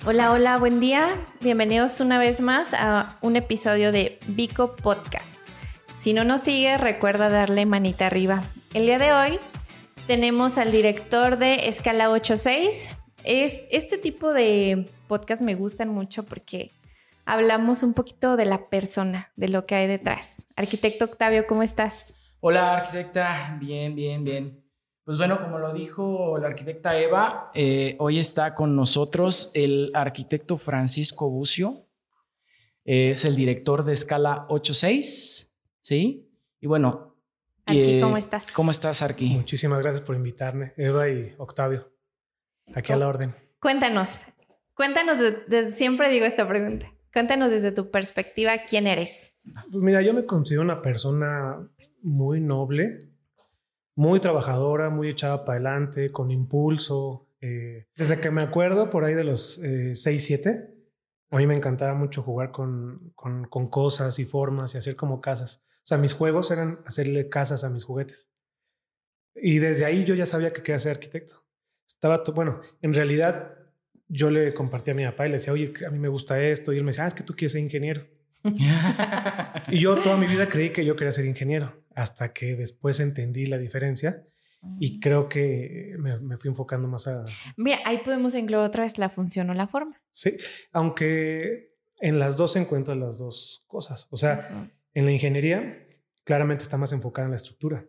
Hola, hola, buen día. Bienvenidos una vez más a un episodio de Vico Podcast. Si no nos sigue, recuerda darle manita arriba. El día de hoy tenemos al director de Escala 86. Este tipo de podcast me gustan mucho porque hablamos un poquito de la persona, de lo que hay detrás. Arquitecto Octavio, ¿cómo estás? Hola, arquitecta. Bien. Pues bueno, como lo dijo la arquitecta Eva, hoy está con nosotros el arquitecto Francisco Bucio. Es el director de Escala 86, ¿sí? Y bueno, Arqui, ¿cómo estás? ¿Cómo estás, Arqui? Muchísimas gracias por invitarme, Eva y Octavio. Aquí a la orden. Cuéntanos, siempre digo esta pregunta. Cuéntanos desde tu perspectiva, ¿quién eres? Pues mira, yo me considero una persona muy noble, muy trabajadora, muy echada para adelante, con impulso. Desde que me acuerdo, por ahí de los 6, 7, a mí me encantaba mucho jugar con cosas y formas y hacer como casas. O sea, mis juegos eran hacerle casas a mis juguetes. Y desde ahí yo ya sabía que quería ser arquitecto. Bueno, en realidad yo le compartí a mi papá y le decía, oye, a mí me gusta esto. Y él me decía, es que tú quieres ser ingeniero. Y yo toda mi vida creí que yo quería ser ingeniero, hasta que después entendí la diferencia y creo que me fui enfocando más a... Mira, ahí podemos englobar otra vez la función o la forma. Sí, aunque en las dos se encuentran las dos cosas. O sea, en la ingeniería claramente está más enfocada en la estructura.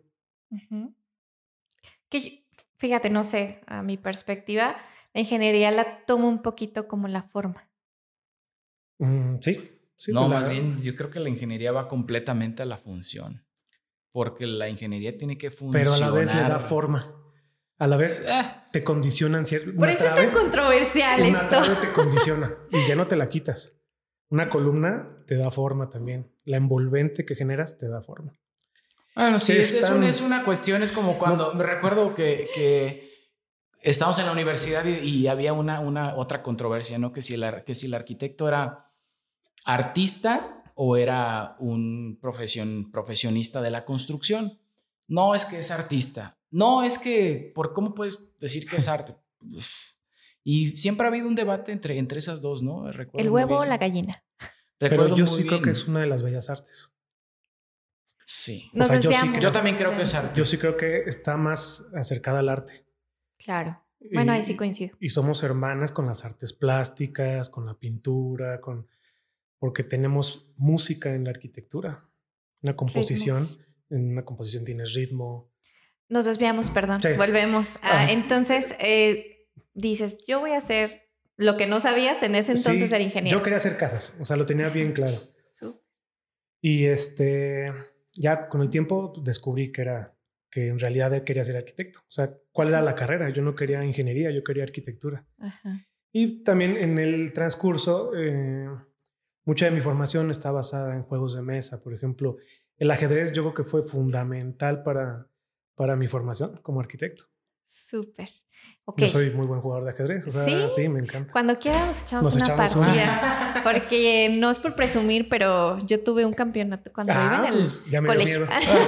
Fíjate, no sé, a mi perspectiva, la ingeniería la tomo un poquito como la forma. Sí. No, más bien yo creo que la ingeniería va completamente a la función, porque la ingeniería tiene que funcionar. Pero a la vez le da forma. A la vez te condicionan cierto. Por eso es tan controversial esto. Una trave te condiciona y ya no te la quitas. Una columna te da forma también. La envolvente que generas te da forma. Bueno, sí, es una cuestión. Es como cuando me recuerdo que estábamos en la universidad y había una otra controversia, ¿no? Que si el arquitecto era artista o era un profesionista de la construcción. No, es que es artista. No, es que, ¿cómo puedes decir que es arte? Y siempre ha habido un debate entre esas dos, ¿no? ¿El huevo o la gallina? Pero yo sí creo que es una de las bellas artes. Sí. Nos desviamos. Yo también creo que es arte. Yo sí creo que está más acercada al arte. Claro. Bueno, ahí sí coincido. Y somos hermanas con las artes plásticas, con la pintura, porque tenemos música en la arquitectura. Una composición. En una composición tienes ritmo. Nos desviamos, perdón. Sí. Volvemos. Entonces, dices, yo voy a hacer lo que no sabías en ese entonces ser ingeniero. Yo quería hacer casas, o sea, lo tenía bien claro. Y ya con el tiempo descubrí que en realidad quería ser arquitecto. O sea, ¿cuál era la carrera? Yo no quería ingeniería, yo quería arquitectura. Ajá. Y también en el transcurso, mucha de mi formación está basada en juegos de mesa. Por ejemplo, el ajedrez yo creo que fue fundamental para mi formación como arquitecto. Súper. Okay. Yo soy muy buen jugador de ajedrez. O sea, sí, me encanta. Cuando quieras nos echamos una partida. Porque no es por presumir, pero yo tuve un campeonato cuando iba en el ya me colegio.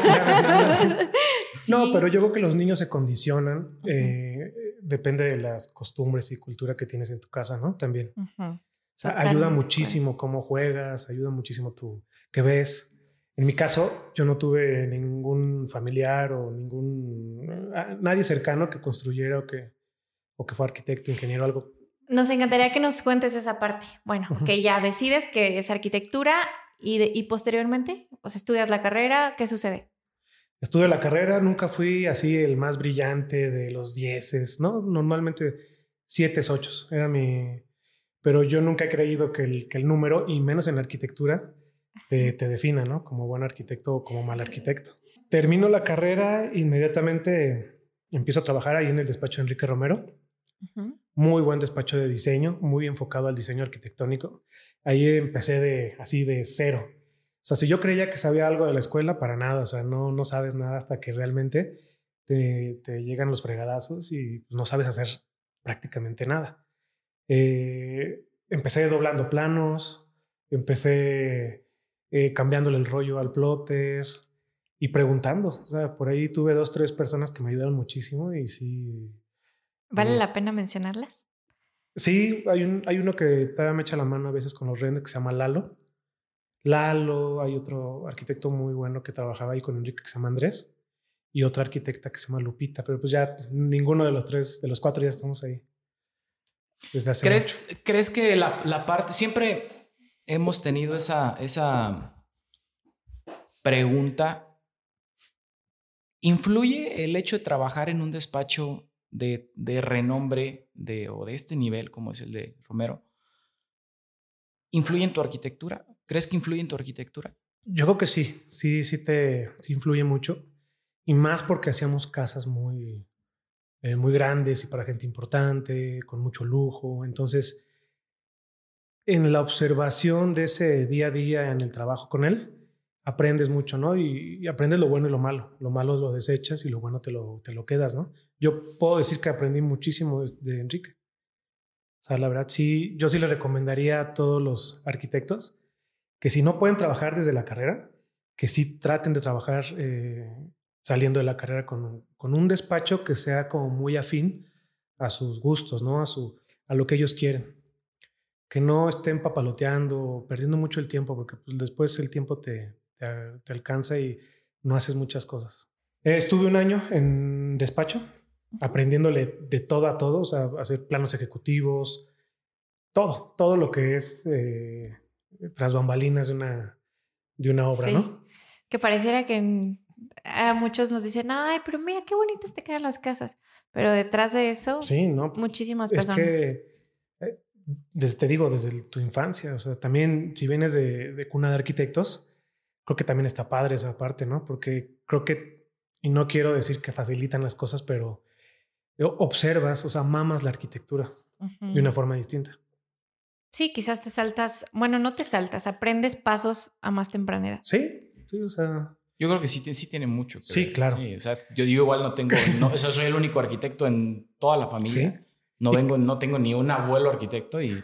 Sí. No, pero yo creo que los niños se condicionan. Depende de las costumbres y cultura que tienes en tu casa, ¿no? También. O sea, ayuda muchísimo cómo juegas, ayuda muchísimo qué ves. En mi caso, yo no tuve ningún familiar o nadie cercano que construyera o que fue arquitecto, ingeniero, algo. Nos encantaría que nos cuentes esa parte. Bueno, que ya decides que es arquitectura y posteriormente, pues estudias la carrera, ¿qué sucede? Estudié la carrera, nunca fui así el más brillante de los 10, ¿no? Normalmente 7, 8 era pero yo nunca he creído que el número, y menos en la arquitectura, te defina, ¿no? Como buen arquitecto o como mal arquitecto. Termino la carrera, inmediatamente empiezo a trabajar ahí en el despacho de Enrique Romero. Muy buen despacho de diseño, muy enfocado al diseño arquitectónico. Ahí empecé de cero. O sea, si yo creía que sabía algo de la escuela, para nada. O sea, no sabes nada hasta que realmente te llegan los fregadazos y no sabes hacer prácticamente nada. Empecé doblando planos, empecé cambiándole el rollo al plotter y preguntando. O sea, por ahí tuve 2-3 personas que me ayudaron muchísimo y sí. ¿Vale la pena mencionarlas? Sí, hay uno que todavía me echa la mano a veces con los renders que se llama Lalo. Hay otro arquitecto muy bueno que trabajaba ahí con Enrique que se llama Andrés y otra arquitecta que se llama Lupita, pero pues ya ninguno de los cuatro ya estamos ahí desde hace mucho. ¿Crees que la parte, siempre hemos tenido esa pregunta, ¿influye el hecho de trabajar en un despacho de renombre o de este nivel como es el de Romero? ¿Influye en tu arquitectura? ¿Crees que influye en tu arquitectura? Yo creo que sí influye mucho y más porque hacíamos casas muy grandes y para gente importante, con mucho lujo. Entonces, en la observación de ese día a día en el trabajo con él, aprendes mucho, ¿no? Y aprendes lo bueno y lo malo. Lo malo lo desechas y lo bueno te lo quedas, ¿no? Yo puedo decir que aprendí muchísimo de Enrique. O sea, la verdad, sí, yo sí le recomendaría a todos los arquitectos que si no pueden trabajar desde la carrera, que sí traten de trabajar saliendo de la carrera con un despacho que sea como muy afín a sus gustos, ¿no? A lo que ellos quieren. Que no estén papaloteando, perdiendo mucho el tiempo, porque pues, después el tiempo te alcanza y no haces muchas cosas. Estuve un año en despacho, aprendiéndole de todo a todo, o sea, hacer planos ejecutivos, todo lo que es tras bambalinas de una obra, sí. ¿No? Que pareciera que a muchos nos dicen, ay, pero mira qué bonitas te quedan las casas. Pero detrás de eso, sí, ¿no? Muchísimas personas. Es que, te digo, desde tu infancia, o sea, también si vienes de cuna de arquitectos, creo que también está padre esa parte, ¿no? Porque creo que, y no quiero decir que facilitan las cosas, pero observas, o sea, mamas la arquitectura de una forma distinta. Sí, quizás te saltas, bueno, no te saltas, aprendes pasos a más temprana edad. Sí, o sea... Yo creo que sí tiene mucho que ver. Claro. Sí, o sea, yo igual no tengo, soy el único arquitecto en toda la familia. ¿Sí? No tengo ni un abuelo arquitecto y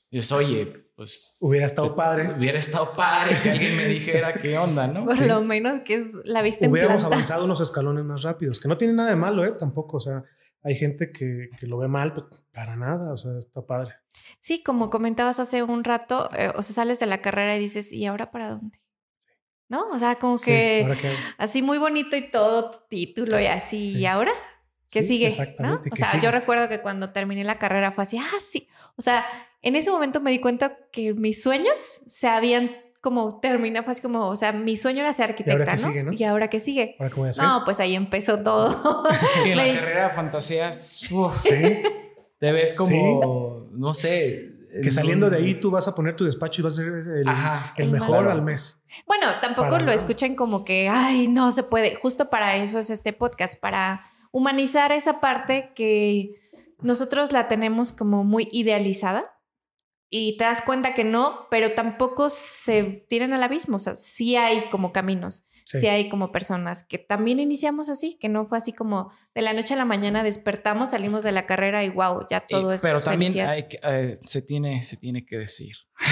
oye, pues... Hubiera estado padre. Hubiera estado padre que alguien me dijera qué onda, ¿no? Por lo menos que es la vista en planta. Hubiéramos avanzado unos escalones más rápidos, que no tiene nada de malo, tampoco, o sea... Hay gente que lo ve mal, pero para nada, o sea, está padre. Sí, como comentabas hace un rato, o sea, sales de la carrera y dices, ¿y ahora para dónde? ¿No? O sea, como que así muy bonito y todo tu título y así, ¿y ahora? ¿Qué sigue? Exactamente. ¿No? O sea, sigue? Yo recuerdo que cuando terminé la carrera fue así, sí. O sea, en ese momento me di cuenta que mis sueños se habían como terminado, fue así como, o sea, mi sueño era ser arquitecta, ¿no? Sigue, ¿no? ¿Y ahora qué sigue? ¿Ahora cómo voy a hacer? No, pues ahí empezó todo. Sí, en la carrera de fantasías, sí. Te ves como, no sé... Que saliendo de ahí tú vas a poner tu despacho y vas a ser el mejor al mes. Bueno, tampoco lo escuchen como que, ay, no se puede. Justo para eso es este podcast, para humanizar esa parte que nosotros la tenemos como muy idealizada. Y te das cuenta que no, pero tampoco se tiran al abismo. O sea, sí hay como caminos, sí hay como personas que también iniciamos así, que no fue así como de la noche a la mañana despertamos, salimos de la carrera y wow, ya todo es pero también felicidad. Se tiene que decir.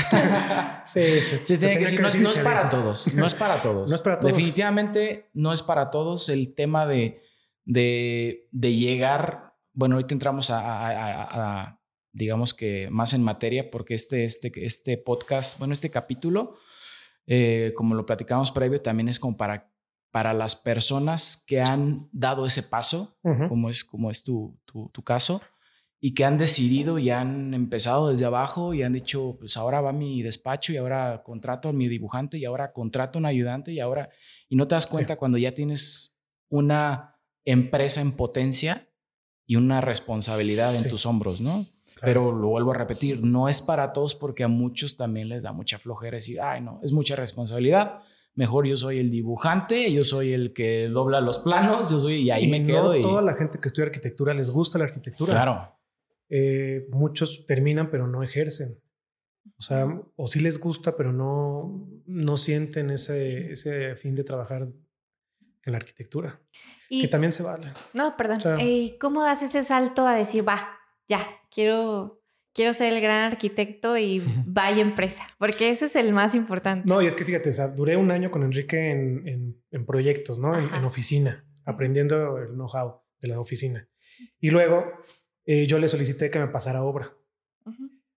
Se tiene que decir. No es para todos. No es para todos. No es para todos. Definitivamente no es para todos el tema de llegar. Bueno, ahorita entramos a digamos que más en materia, porque este podcast, bueno, este capítulo, como lo platicamos previo, también es como para las personas que han dado ese paso, como es tu caso, y que han decidido y han empezado desde abajo y han dicho, pues ahora va mi despacho y ahora contrato a mi dibujante y ahora contrato a un ayudante y no te das cuenta cuando ya tienes una empresa en potencia y una responsabilidad en tus hombros, ¿no? Claro. Pero lo vuelvo a repetir, no es para todos porque a muchos también les da mucha flojera decir, ay no, es mucha responsabilidad, mejor yo soy el dibujante, yo soy el que dobla los planos, y ahí me quedo. No toda la gente que estudia arquitectura les gusta la arquitectura. Claro. Muchos terminan pero no ejercen. O sea, o sí les gusta pero no sienten ese fin de trabajar en la arquitectura. Que también se vale. No, perdón. O sea, ¿cómo das ese salto a decir, ya, quiero ser el gran arquitecto y vaya empresa? Porque ese es el más importante. No, y es que fíjate, o sea, duré un año con Enrique en proyectos, ¿no? En oficina, aprendiendo el know-how de la oficina. Y luego yo le solicité que me pasara obra.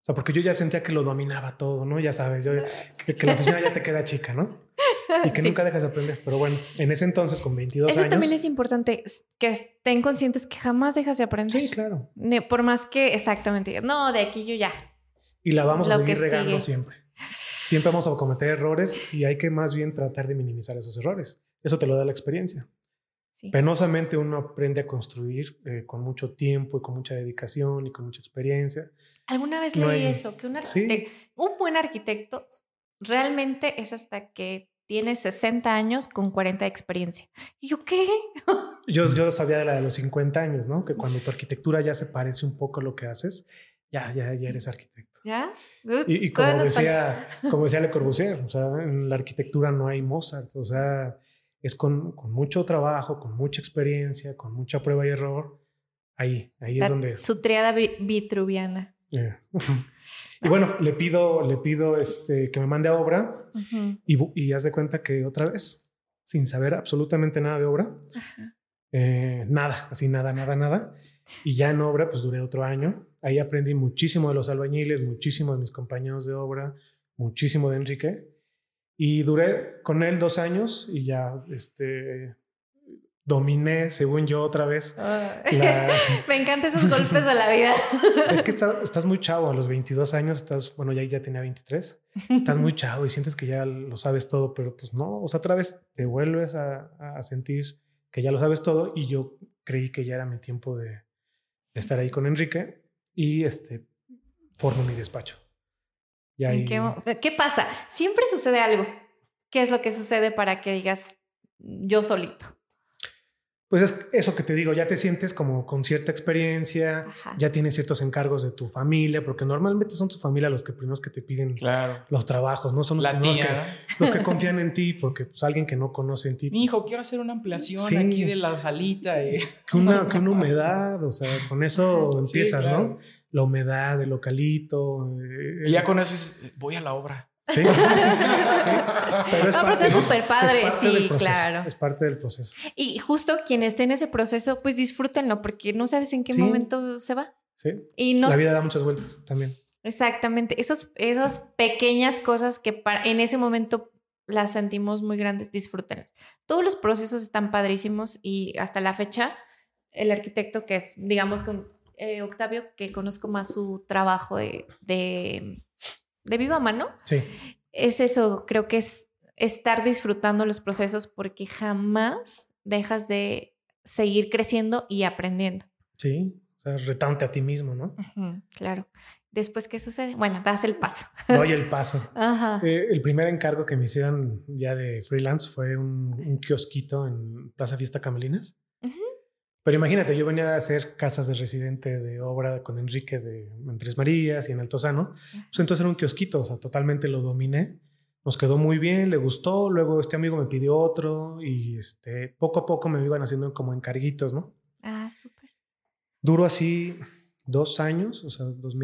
sea, porque yo ya sentía que lo dominaba todo, ¿no? Ya sabes, que la oficina ya te queda chica, ¿no? Y que nunca dejas de aprender. Pero bueno, en ese entonces, con 22 años... Eso también es importante, que estén conscientes que jamás dejas de aprender. Sí, claro. Por más que exactamente, no, de aquí yo ya. Y la vamos a seguir regando siempre. Siempre vamos a cometer errores y hay que más bien tratar de minimizar esos errores. Eso te lo da la experiencia. Sí. Penosamente uno aprende a construir con mucho tiempo y con mucha dedicación y con mucha experiencia. Alguna vez leí eso, que un buen arquitecto realmente es hasta que tiene 60 años con 40 de experiencia. ¿Y yo qué? Yo sabía de la de los 50 años, ¿no? Que cuando tu arquitectura ya se parece un poco a lo que haces, ya eres arquitecto. ¿Ya? Y como decía Le Corbusier, o sea, en la arquitectura no hay Mozart, o sea, es con mucho trabajo, con mucha experiencia, con mucha prueba y error. Ahí es donde es. Su triada vitruviana. Yeah. Y bueno, le pido que me mande a obra y haz de cuenta que otra vez, sin saber absolutamente nada de obra, nada. Y ya en obra, pues duré otro año. Ahí aprendí muchísimo de los albañiles, muchísimo de mis compañeros de obra, muchísimo de Enrique. Y duré con él 2 años y ya dominé, según yo, otra vez. Me encantan esos golpes de la vida. Es que estás muy chavo, a los 22 años ya tenía 23. Estás muy chavo y sientes que ya lo sabes todo, pero pues no, o sea, otra vez te vuelves a sentir que ya lo sabes todo y yo creí que ya era mi tiempo de estar ahí con Enrique y formo mi despacho. Y ahí... ¿Qué pasa? Siempre sucede algo. ¿Qué es lo que sucede para que digas yo solito? Pues es eso que te digo, ya te sientes como con cierta experiencia, ya tienes ciertos encargos de tu familia, porque normalmente son tu familia los primeros que te piden los trabajos, no son los primeros los que confían en ti, porque pues alguien que no conoce en ti. Mi hijo, quiero hacer una ampliación aquí de la salita. Que una humedad, o sea, con eso empiezas, claro. ¿No? La humedad, el localito. Y ya con eso voy a la obra. Sí. Pero está súper padre, sí, claro. Es parte del proceso. Y justo quien esté en ese proceso, pues disfrútenlo, porque no sabes en qué momento se va. Sí. Y la vida da muchas vueltas también. Exactamente. Esas pequeñas cosas que en ese momento las sentimos muy grandes, disfrútenlas. Todos los procesos están padrísimos y hasta la fecha, el arquitecto que es, digamos, con Octavio, que conozco más su trabajo de viva mano, sí. Es eso, creo que es estar disfrutando los procesos porque jamás dejas de seguir creciendo y aprendiendo. Sí, o sea, retándote a ti mismo, ¿no? Claro. Después, ¿qué sucede? Bueno, das el paso. Doy el paso. El primer encargo que me hicieron ya de freelance fue un kiosquito en Plaza Fiesta Camelinas. Pero imagínate, yo venía a hacer casas de residente de obra con Enrique en Tres Marías y en Altozano. Pues entonces era un kiosquito, o sea, totalmente lo dominé. Nos quedó muy bien, le gustó. Luego este amigo me pidió otro y poco a poco me iban haciendo como encarguitos, ¿no? Ah, súper. Duró así 2 años, o sea,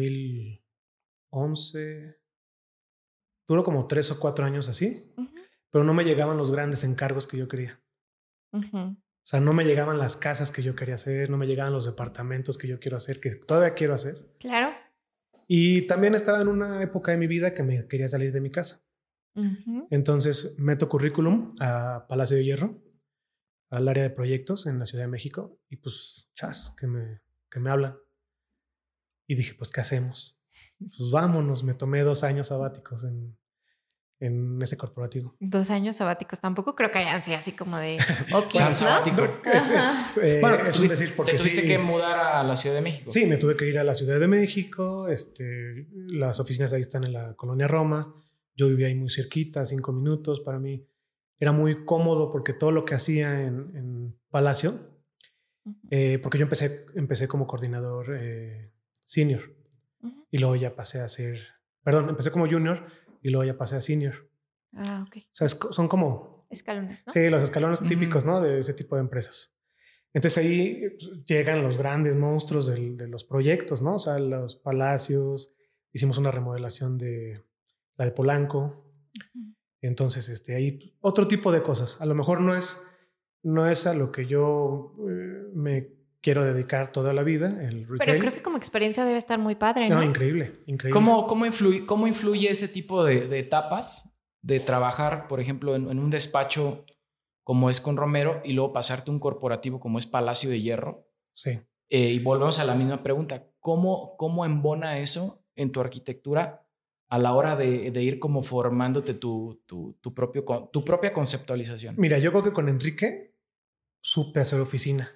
2011. Duró como 3 o 4 años así, pero no me llegaban los grandes encargos que yo quería. O sea, no me llegaban las casas que yo quería hacer, no me llegaban los departamentos que yo quiero hacer, que todavía quiero hacer. Claro. Y también estaba en una época de mi vida que me quería salir de mi casa. Entonces meto currículum a Palacio de Hierro, al área de proyectos en la Ciudad de México, y pues, que me hablan. Y dije, pues, ¿qué hacemos? Pues vámonos, me tomé 2 años sabáticos en ese corporativo. 2 años sabáticos. Tampoco creo que hayan sido así como de okis, ¿no? Sabático. Bueno, es un decir porque te tuviste que mudar a la Ciudad de México. Sí, me tuve que ir a la Ciudad de México. Las oficinas ahí están en la Colonia Roma. Yo vivía ahí muy cerquita, 5 minutos. Para mí era muy cómodo porque todo lo que hacía en Palacio, porque yo empecé como coordinador senior y luego ya pasé a ser, empecé como junior y luego ya pasé a senior. Ah, ok. O sea, son como... escalones, ¿no? Sí, los escalones típicos, ¿no? De ese tipo de empresas. Entonces ahí llegan los grandes monstruos de los proyectos, ¿no? O sea, los palacios. Hicimos una remodelación de la de Polanco. Entonces, ahí otro tipo de cosas. A lo mejor no es a lo que yo me quiero dedicar toda la vida el retail. Pero creo que como experiencia debe estar muy padre, ¿no? No, increíble. ¿Cómo influye ese tipo de etapas de trabajar, por ejemplo, en un despacho como es con Romero y luego pasarte a un corporativo como es Palacio de Hierro? Sí. Y volvemos a la misma pregunta. ¿Cómo embona eso en tu arquitectura a la hora de ir como formándote tu propia conceptualización? Mira, yo creo que con Enrique supe hacer oficina.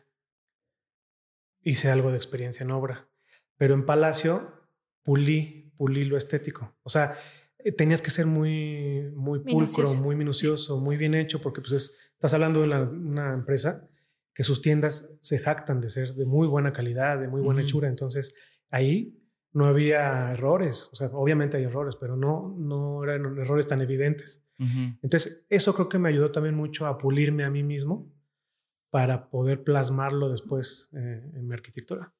Hice algo de experiencia en obra. Pero en Palacio pulí lo estético. O sea, tenías que ser muy pulcro, muy minucioso, muy bien hecho, porque pues estás hablando de una empresa que sus tiendas se jactan de ser de muy buena calidad, de muy buena hechura. Entonces, ahí no había errores. O sea, obviamente hay errores, pero no eran errores tan evidentes. Entonces, eso creo que me ayudó también mucho a pulirme a mí mismo para poder plasmarlo después en mi arquitectura.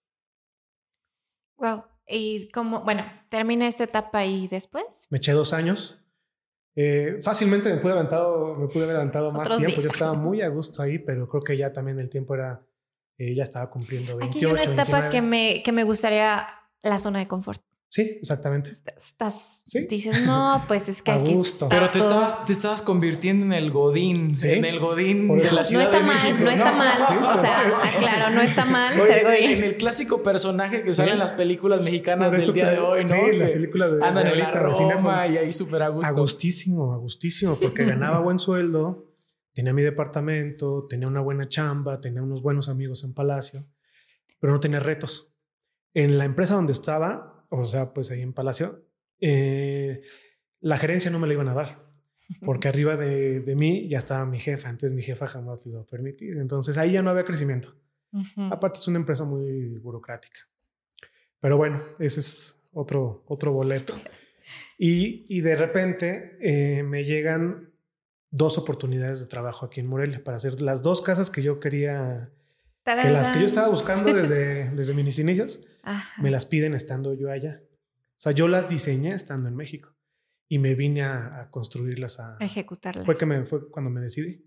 Wow. ¿Y cómo, termina esta etapa y después? Me eché 2 años. Fácilmente me pude haber levantado más tiempo. 10. Yo estaba muy a gusto ahí, pero creo que ya también el tiempo era, ya estaba cumpliendo 28, Aquí hay una etapa 29. que me gustaría, la zona de confort. Sí, exactamente. Dices, no, pues es que a aquí gusto. Pero te estabas convirtiendo en el Godín, ¿sí? En el Godín de la Ciudad de México. No está mal, ¿sí? O sea, aclaro, no está mal ser Godín. En el clásico personaje que sale en las películas mexicanas del día de hoy, ¿no? Sí, las películas de andan en la Roma y ahí súper a gusto. A gustísimo, porque ganaba buen sueldo, tenía mi departamento, tenía una buena chamba, tenía unos buenos amigos en Palacio, pero no tenía retos. En la empresa donde estaba, o sea, pues ahí en Palacio, la gerencia no me la iban a dar, porque arriba de mí ya estaba mi jefa, entonces mi jefa jamás lo iba a permitir. Entonces ahí ya no había crecimiento. Aparte es una empresa muy burocrática. Pero bueno, ese es otro boleto. Y de repente me llegan 2 oportunidades de trabajo aquí en Morelia para hacer las 2 casas que yo quería... Que las que yo estaba buscando desde mis inicios, me las piden estando yo allá. O sea, yo las diseñé estando en México y me vine a construirlas, a ejecutarlas. Fue cuando me decidí.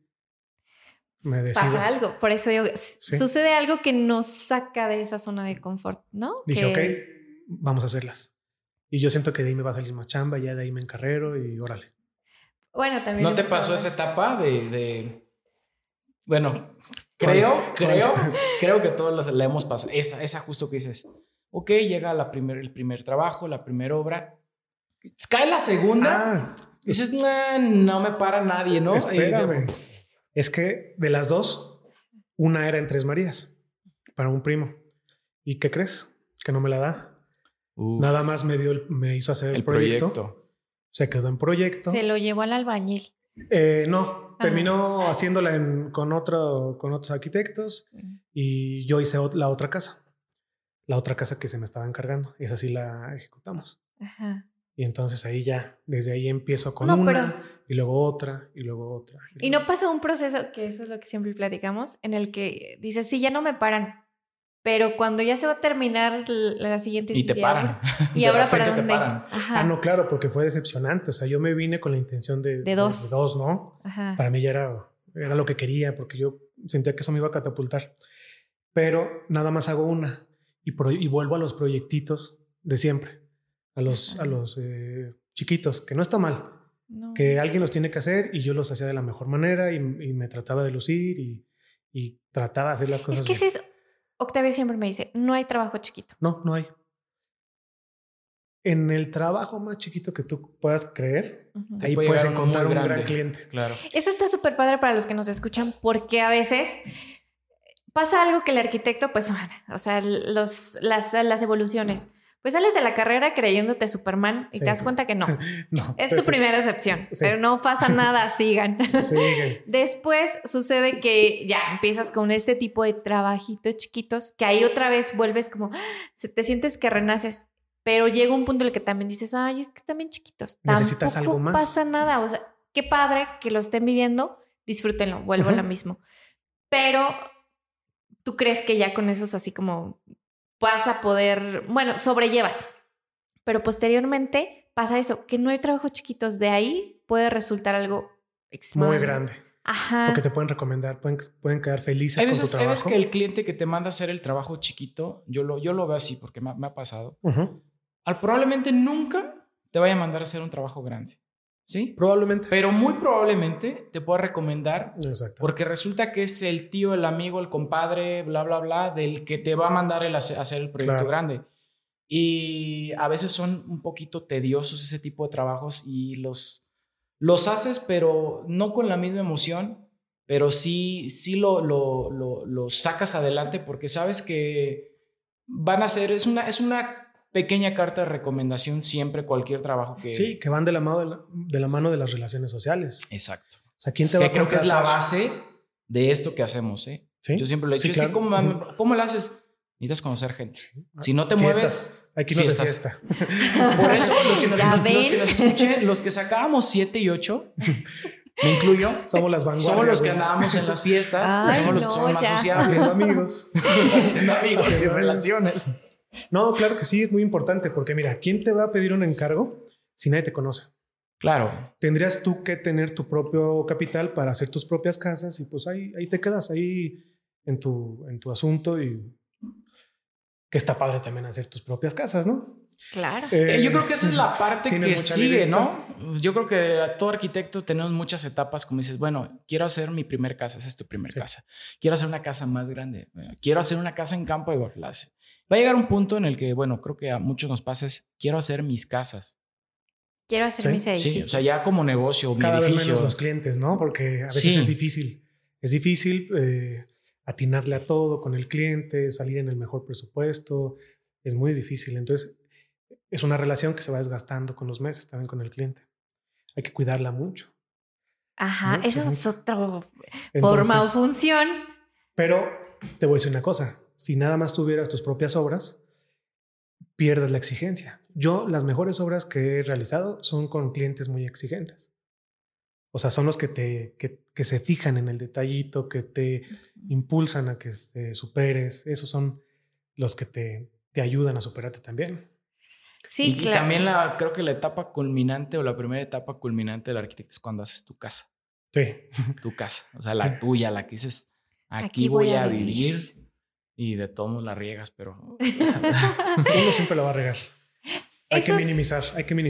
Pasa algo, por eso digo, ¿sí? Sucede algo que nos saca de esa zona de confort, ¿no? Dije, ok, vamos a hacerlas. Y yo siento que de ahí me va a salir más chamba, ya de ahí me encarrero y órale. Bueno, también... ¿No te pasó esa etapa de... Bueno... Creo que todos la hemos pasado. Esa justo que dices. Ok, llega el primer trabajo, la primera obra. Cae la segunda. Dices, no me para nadie, ¿no? Espérame. Es que de las 2, una era en Tres Marías para un primo. ¿Y qué crees? Que no me la da. Nada más me hizo hacer el proyecto. Se quedó en proyecto. Se lo llevó al albañil. No, terminó haciéndola con otros arquitectos y yo hice la otra casa que se me estaba encargando y esa sí la ejecutamos. Y entonces ahí ya, desde ahí empiezo con y luego otra y luego otra. Y no pasó un proceso, que eso es lo que siempre platicamos, en el que dices, sí, ya no me paran, pero cuando ya se va a terminar la siguiente... Y te paran. ¿Y ahora para dónde? No, claro, porque fue decepcionante. O sea, yo me vine con la intención de 2, ¿no? Para mí ya era lo que quería, porque yo sentía que eso me iba a catapultar. Pero nada más hago una y vuelvo a los proyectitos de siempre, a los chiquitos, que no está mal, que alguien los tiene que hacer y yo los hacía de la mejor manera y me trataba de lucir y trataba de hacer las cosas bien. Es que Octavio siempre me dice, no hay trabajo chiquito. No hay. En el trabajo más chiquito que tú puedas creer, ahí puedes encontrar un gran cliente. Claro. Eso está súper padre para los que nos escuchan, porque a veces pasa algo que el arquitecto, pues, o sea, las evoluciones. Pues sales de la carrera creyéndote Superman y te das cuenta que no. Es tu primera decepción, pero no pasa nada, sigan. Después sucede que ya empiezas con este tipo de trabajitos chiquitos que ahí otra vez vuelves como, te sientes que renaces, pero llega un punto en el que también dices, ay, es que están bien chiquitos. Necesitas algo más. No pasa nada, o sea, qué padre que lo estén viviendo, disfrútenlo, vuelvo a lo mismo. Pero tú crees que ya con eso es así como... vas a poder, sobrellevas, pero posteriormente pasa eso, que no hay trabajos chiquitos, de ahí puede resultar algo muy grande. Ajá. Porque te pueden recomendar, pueden quedar felices con tu trabajo. Hay veces que el cliente que te manda a hacer el trabajo chiquito, yo lo veo así porque me ha pasado. Probablemente nunca te vaya a mandar a hacer un trabajo grande. ¿Sí? Probablemente. Pero muy probablemente te pueda recomendar. Exacto. Porque resulta que es el tío, el amigo, el compadre, bla, bla, bla, del que te va a mandar a hacer el proyecto grande. Y a veces son un poquito tediosos ese tipo de trabajos y los haces, pero no con la misma emoción, pero sí lo sacas adelante porque sabes que van a ser, es una pequeña carta de recomendación siempre cualquier trabajo que... Sí, que van de la mano de las relaciones sociales. Exacto. O sea, ¿quién te va a contratar? Creo que es la base de esto que hacemos, ¿eh? ¿Sí? Yo siempre lo he dicho, claro. Es que ¿cómo lo haces? Necesitas conocer gente. Si no te mueves, aquí no se fiesta. Por eso, los que nos escuchen, los que sacábamos 7 y 8, me incluyo, somos las vanguardias. Somos los que andábamos en las fiestas, somos los que somos más sociables. Haciendo amigos y relaciones. No, claro que sí, es muy importante porque mira, ¿quién te va a pedir un encargo si nadie te conoce? Claro. Tendrías tú que tener tu propio capital para hacer tus propias casas y pues ahí te quedas ahí en tu asunto y que está padre también hacer tus propias casas, ¿no? Claro. Yo creo que esa es la parte que sigue, ¿no? Yo creo que todo arquitecto tenemos muchas etapas, como dices, bueno, quiero hacer mi primer casa, esa es tu primer casa. Quiero hacer una casa más grande. Quiero hacer una casa en campo de golf. Va a llegar un punto en el que, bueno, creo que a muchos nos pasa quiero hacer mis casas. Quiero hacer mis edificios. Sí, o sea, ya como negocio, cada vez menos los clientes, ¿no? Porque a veces es difícil. Es difícil atinarle a todo con el cliente, salir en el mejor presupuesto. Es muy difícil. Entonces, es una relación que se va desgastando con los meses también con el cliente. Hay que cuidarla mucho. Ajá, mucho, eso es otra forma o función. Pero te voy a decir una cosa. Si nada más tuvieras tus propias obras, pierdes la exigencia. Yo, las mejores obras que he realizado son con clientes muy exigentes. O sea, son los que se fijan en el detallito, que te impulsan a que te superes. Esos son los que te ayudan a superarte también. Sí, claro. Y también creo que la etapa culminante o la primera etapa culminante del arquitecto es cuando haces tu casa. Sí. Tu casa. O sea, la tuya, la que dices, aquí voy a vivir. Y de todos modos la riegas, pero... Uno siempre lo va a regar. Hay que minimizar.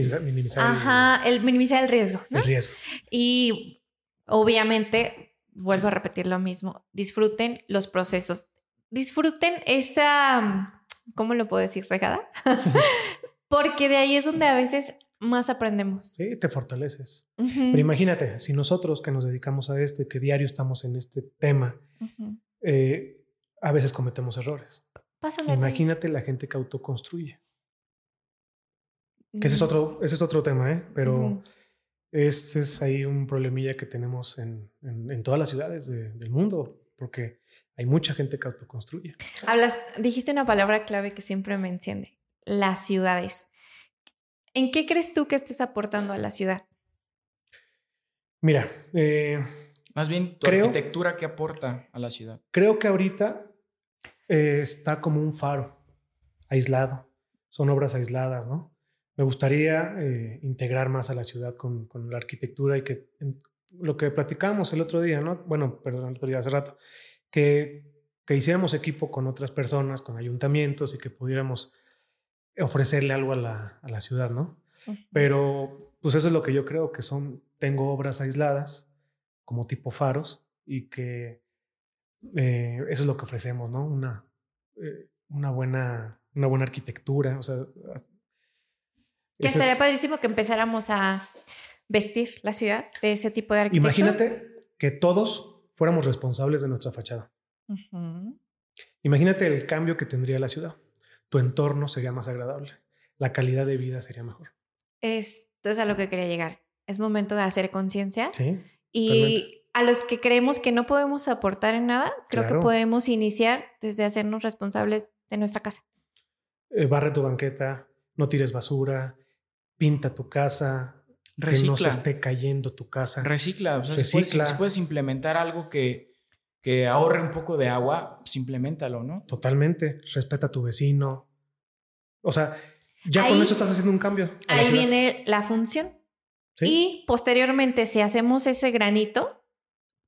Ajá, minimizar el riesgo, ¿no? El riesgo. Y obviamente, vuelvo a repetir lo mismo, disfruten los procesos. Disfruten esa, ¿cómo lo puedo decir? ¿Regada? Porque de ahí es donde a veces más aprendemos. Sí, te fortaleces. Pero imagínate, si nosotros que nos dedicamos a esto y que diario estamos en este tema, a veces cometemos errores. Imagínate la gente que autoconstruye. Que ese es otro tema, pero ese es ahí un problemilla que tenemos en todas las ciudades del mundo, porque hay mucha gente que autoconstruye. Dijiste una palabra clave que siempre me enciende, las ciudades. ¿En qué crees tú que estés aportando a la ciudad? Mira, más bien tu arquitectura, ¿qué aporta a la ciudad? Creo que ahorita está como un faro aislado. Son obras aisladas, ¿no? Me gustaría integrar más a la ciudad con la arquitectura y que lo que platicamos el otro día, ¿no? Bueno, perdón, el otro día, hace rato, que hiciéramos equipo con otras personas, con ayuntamientos y que pudiéramos ofrecerle algo a la ciudad, ¿no? Pero pues eso es lo que yo creo que tengo obras aisladas como tipo faros y que eso es lo que ofrecemos, ¿no? Una buena arquitectura, o sea... Que estaría padrísimo que empezáramos a vestir la ciudad de ese tipo de arquitectura. Imagínate que todos fuéramos responsables de nuestra fachada. Imagínate el cambio que tendría la ciudad. Tu entorno sería más agradable. La calidad de vida sería mejor. Esto es a lo que quería llegar. Es momento de hacer conciencia. Sí, y totalmente. A los que creemos que no podemos aportar en nada, creo que podemos iniciar desde hacernos responsables de nuestra casa. Barre tu banqueta, no tires basura, pinta tu casa, recicla. Que no se esté cayendo tu casa. Recicla. O sea, recicla. Si puedes implementar algo que ahorre un poco de agua, pues implementalo, ¿no? Totalmente. Respeta a tu vecino. O sea, ya con eso estás haciendo un cambio. Ahí viene la función. ¿Sí? Y posteriormente, si hacemos ese granito,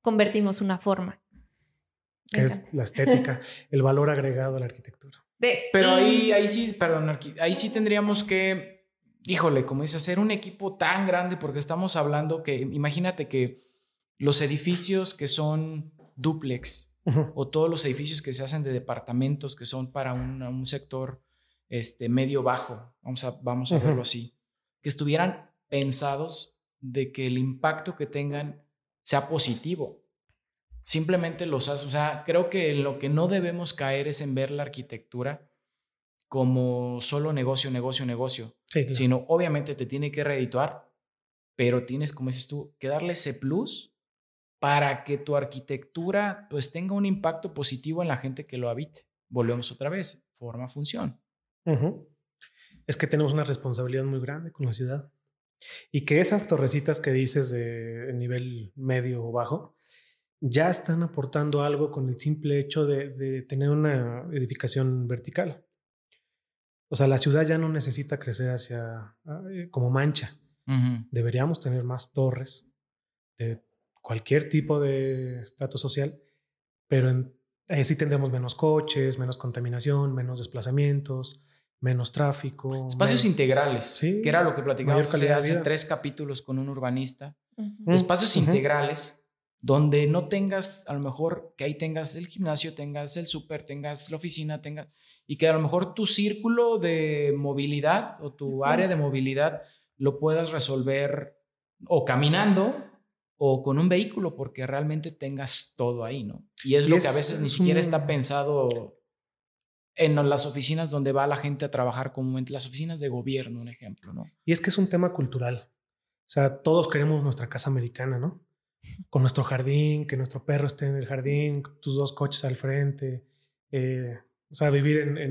convertimos una forma. Que es la estética, el valor agregado a la arquitectura. Pero ahí sí tendríamos que, híjole, como dice, hacer un equipo tan grande, porque estamos hablando que, imagínate que los edificios que son dúplex o todos los edificios que se hacen de departamentos que son para un sector medio bajo, vamos a verlo así, que estuvieran pensados de que el impacto que tengan sea positivo. Simplemente los hace, o sea, creo que lo que no debemos caer es en ver la arquitectura como solo negocio, sí, claro. Sino obviamente te tiene que redituar, pero tienes, como dices tú, que darle ese plus para que tu arquitectura pues tenga un impacto positivo en la gente que lo habite. Volvemos otra vez, forma, función. Es que tenemos una responsabilidad muy grande con la ciudad y que esas torrecitas que dices de nivel medio o bajo ya están aportando algo con el simple hecho de tener una edificación vertical. O sea, la ciudad ya no necesita crecer hacia como mancha. Deberíamos tener más torres de cualquier tipo de estatus social, pero sí tendremos menos coches, menos contaminación, menos desplazamientos, menos tráfico. Espacios integrales, sí, que era lo que platicamos hace 3 capítulos con un urbanista. Espacios integrales donde no tengas, a lo mejor que ahí tengas el gimnasio, tengas el súper, tengas la oficina, y que a lo mejor tu círculo de movilidad o tu área de movilidad lo puedas resolver o caminando o con un vehículo, porque realmente tengas todo ahí, ¿no? Y es lo que a veces ni siquiera está pensado en las oficinas donde va la gente a trabajar comúnmente, las oficinas de gobierno, un ejemplo, ¿no? Y es que es un tema cultural. O sea, todos queremos nuestra casa americana, ¿no? Con nuestro jardín, que nuestro perro esté en el jardín, tus 2 coches al frente. O sea, vivir en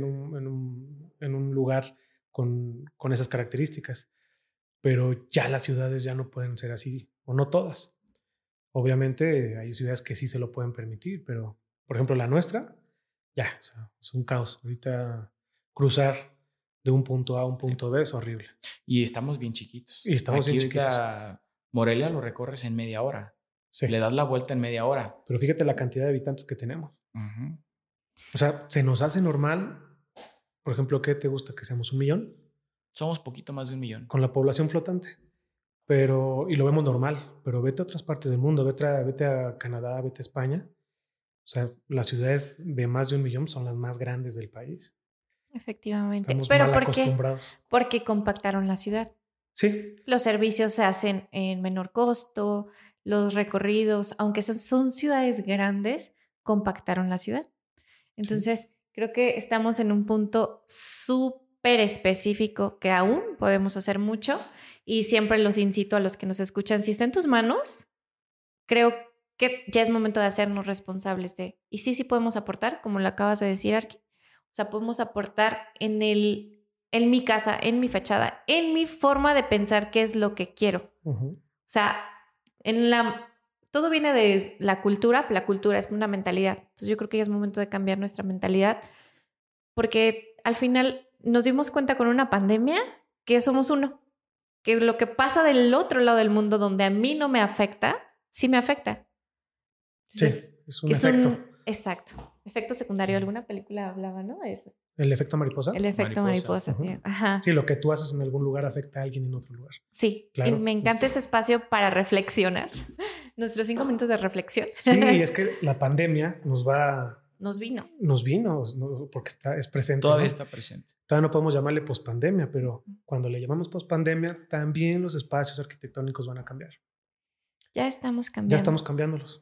un lugar con esas características. Pero ya las ciudades ya no pueden ser así, o no todas. Obviamente hay ciudades que sí se lo pueden permitir, pero por ejemplo la nuestra, ya, o sea, es un caos. Ahorita cruzar de un punto A a un punto B es horrible. Y estamos bien chiquitos. Y estamos bien chiquitos. Morelia lo recorres en media hora. Sí. Le das la vuelta en media hora. Pero fíjate la cantidad de habitantes que tenemos. O sea, se nos hace normal, por ejemplo, ¿qué te gusta? ¿Que seamos 1 millón? Somos poquito más de 1 millón. Con la población flotante. Y lo vemos normal. Pero vete a otras partes del mundo, vete a Canadá, vete a España. O sea, las ciudades de más de 1 millón son las más grandes del país. Efectivamente. Estamos Pero mal acostumbrados. Porque compactaron la ciudad. Sí. Los servicios se hacen en menor costo, los recorridos, aunque son ciudades grandes, compactaron la ciudad. Entonces, creo que estamos en un punto súper específico que aún podemos hacer mucho, y siempre los incito a los que nos escuchan, si está en tus manos, creo que ya es momento de hacernos responsables y sí podemos aportar, como lo acabas de decir, Arqui. O sea, podemos aportar en mi casa, en mi fachada, en mi forma de pensar qué es lo que quiero. O sea, todo viene de la cultura es una mentalidad. Entonces yo creo que ya es momento de cambiar nuestra mentalidad, porque al final nos dimos cuenta con una pandemia que somos uno, que lo que pasa del otro lado del mundo donde a mí no me afecta, sí me afecta. Entonces, sí, es un efecto. Exacto. Efecto secundario. ¿Alguna película hablaba, no? De eso. ¿El efecto mariposa? El efecto mariposa, sí. Ajá. Sí, lo que tú haces en algún lugar afecta a alguien en otro lugar. Sí, claro. Y me encanta este espacio para reflexionar. Nuestros 5 minutos de reflexión. Sí, y es que la pandemia nos vino, porque es presente. Todavía está presente. Todavía no podemos llamarle pospandemia, pero cuando le llamamos pospandemia, también los espacios arquitectónicos van a cambiar. Ya estamos cambiando. Ya estamos cambiándolos.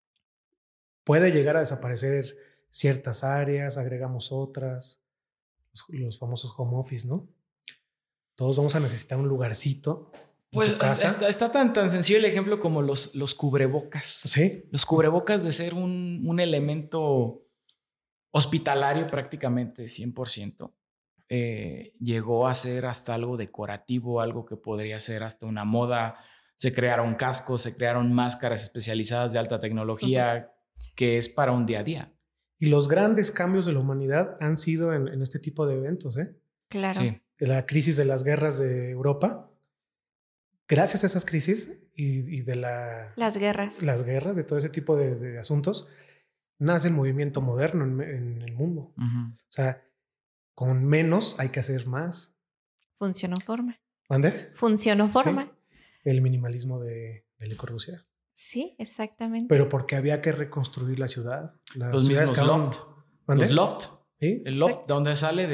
Puede llegar a desaparecer ciertas áreas, agregamos otras, los famosos home office, ¿no? Todos vamos a necesitar un lugarcito. Pues está tan sencillo el ejemplo como los cubrebocas. Sí. Los cubrebocas de ser un elemento hospitalario prácticamente 100%. Llegó a ser hasta algo decorativo, algo que podría ser hasta una moda. Se crearon cascos, se crearon máscaras especializadas de alta tecnología, que es para un día a día. Y los grandes cambios de la humanidad han sido en este tipo de eventos, ¿eh? Claro. Sí. La crisis de las guerras de Europa gracias a esas crisis y de las guerras, de todo ese tipo de asuntos, nace el movimiento moderno en el mundo. O sea, con menos hay que hacer más. Funcionó forma. ¿Dónde? Funcionó forma. Sí. El minimalismo de Le Corbusier. Sí, exactamente. Pero porque había que reconstruir la ciudad. Los mismos loft. ¿Dónde? Los loft. ¿Sí? El loft, donde sale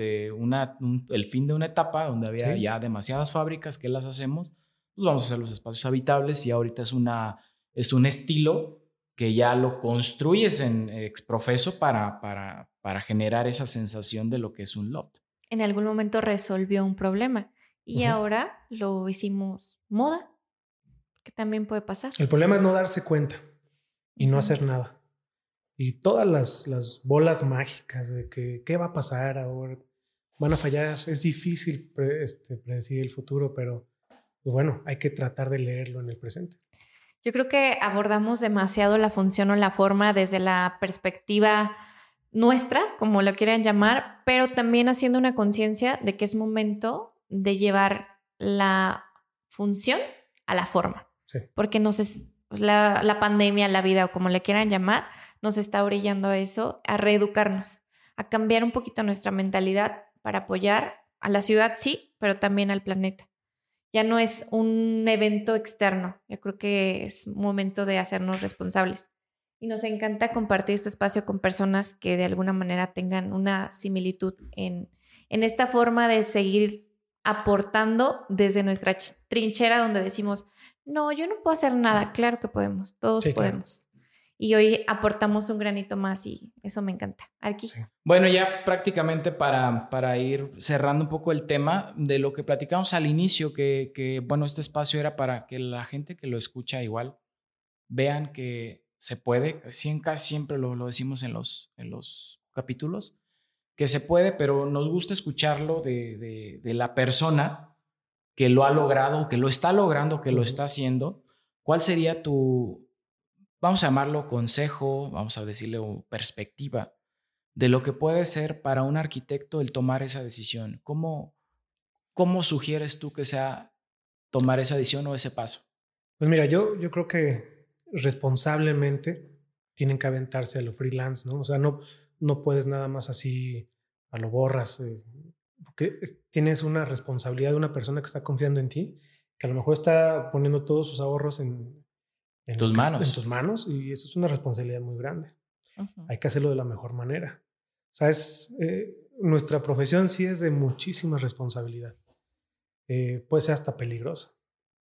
el fin de una etapa donde había ya demasiadas fábricas que las hacemos, pues vamos a hacer los espacios habitables y ahorita es un estilo que ya lo construyes en exprofeso para generar esa sensación de lo que es un loft. En algún momento resolvió un problema y ahora lo hicimos moda, que también puede pasar. El problema es no darse cuenta y no hacer nada. Y todas las bolas mágicas de que qué va a pasar ahora van a fallar. Es difícil predecir el futuro, pero pues bueno, hay que tratar de leerlo en el presente. Yo creo que abordamos demasiado la función o la forma desde la perspectiva nuestra, como lo quieran llamar, pero también haciendo una conciencia de que es momento de llevar la función a la forma. Sí. Porque la pandemia, la vida o como le quieran llamar, nos está orillando a eso, a reeducarnos, a cambiar un poquito nuestra mentalidad para apoyar a la ciudad, sí, pero también al planeta. Ya no es un evento externo. Yo creo que es momento de hacernos responsables. Y nos encanta compartir este espacio con personas que de alguna manera tengan una similitud en esta forma de seguir aportando desde nuestra trinchera donde decimos, no, yo no puedo hacer nada. Claro que podemos, todos podemos. Claro. Y hoy aportamos un granito más y eso me encanta. Arqui. Sí. Bueno, ya prácticamente para ir cerrando un poco el tema de lo que platicamos al inicio, que bueno, este espacio era para que la gente que lo escucha igual vean que se puede, casi siempre lo decimos en los capítulos, que se puede, pero nos gusta escucharlo de la persona que lo ha logrado, que lo está logrando, que lo está haciendo. ¿Cuál sería tu, vamos a llamarlo consejo, vamos a decirle perspectiva, de lo que puede ser para un arquitecto el tomar esa decisión? ¿Cómo sugieres tú que sea tomar esa decisión o ese paso? Pues mira, yo creo que responsablemente tienen que aventarse a lo freelance, ¿no? O sea, no puedes nada más así a lo borras, porque tienes una responsabilidad de una persona que está confiando en ti, que a lo mejor está poniendo todos sus ahorros en tus manos. En tus manos, y eso es una responsabilidad muy grande. Hay que hacerlo de la mejor manera. ¿Sabes? Nuestra profesión sí es de muchísima responsabilidad. Puede ser hasta peligrosa.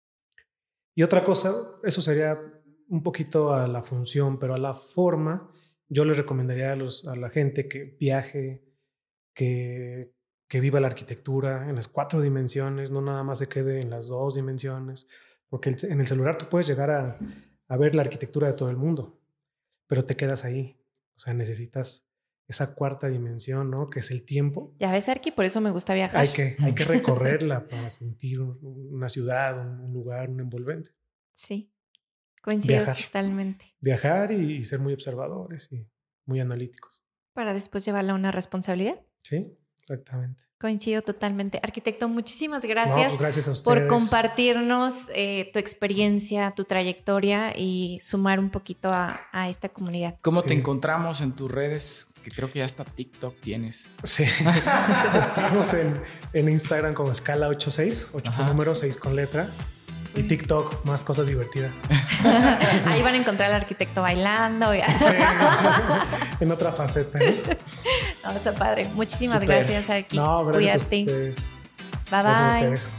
Y otra cosa, eso sería un poquito a la función, pero a la forma, yo le recomendaría a la gente que viaje, que viva la arquitectura en las 4 dimensiones, no nada más se quede en las 2 dimensiones, porque en el celular tú puedes llegar a ver la arquitectura de todo el mundo, pero te quedas ahí. O sea, necesitas esa 4ª dimensión, ¿no? Que es el tiempo. Ya ves, Arqui, por eso me gusta viajar. Hay que recorrerla para sentir una ciudad, un lugar, un envolvente. Sí, coincido totalmente. Viajar y ser muy observadores y muy analíticos. Para después llevarla a una responsabilidad. Sí, exactamente. Coincido totalmente. Arquitecto, muchísimas gracias, pues gracias a ustedes por compartirnos tu experiencia, tu trayectoria y sumar un poquito a esta comunidad. ¿Cómo te encontramos en tus redes? Que creo que ya hasta TikTok tienes. Sí, estamos en Instagram como Escala 86, 8 con número, 6 con letra. Y TikTok, más cosas divertidas. Ahí van a encontrar al arquitecto bailando. Sí, en otra faceta, ¿eh? No, está padre. Muchísimas gracias, Arqui. No, gracias. Cuídate. A ustedes. Bye, gracias bye. A ustedes.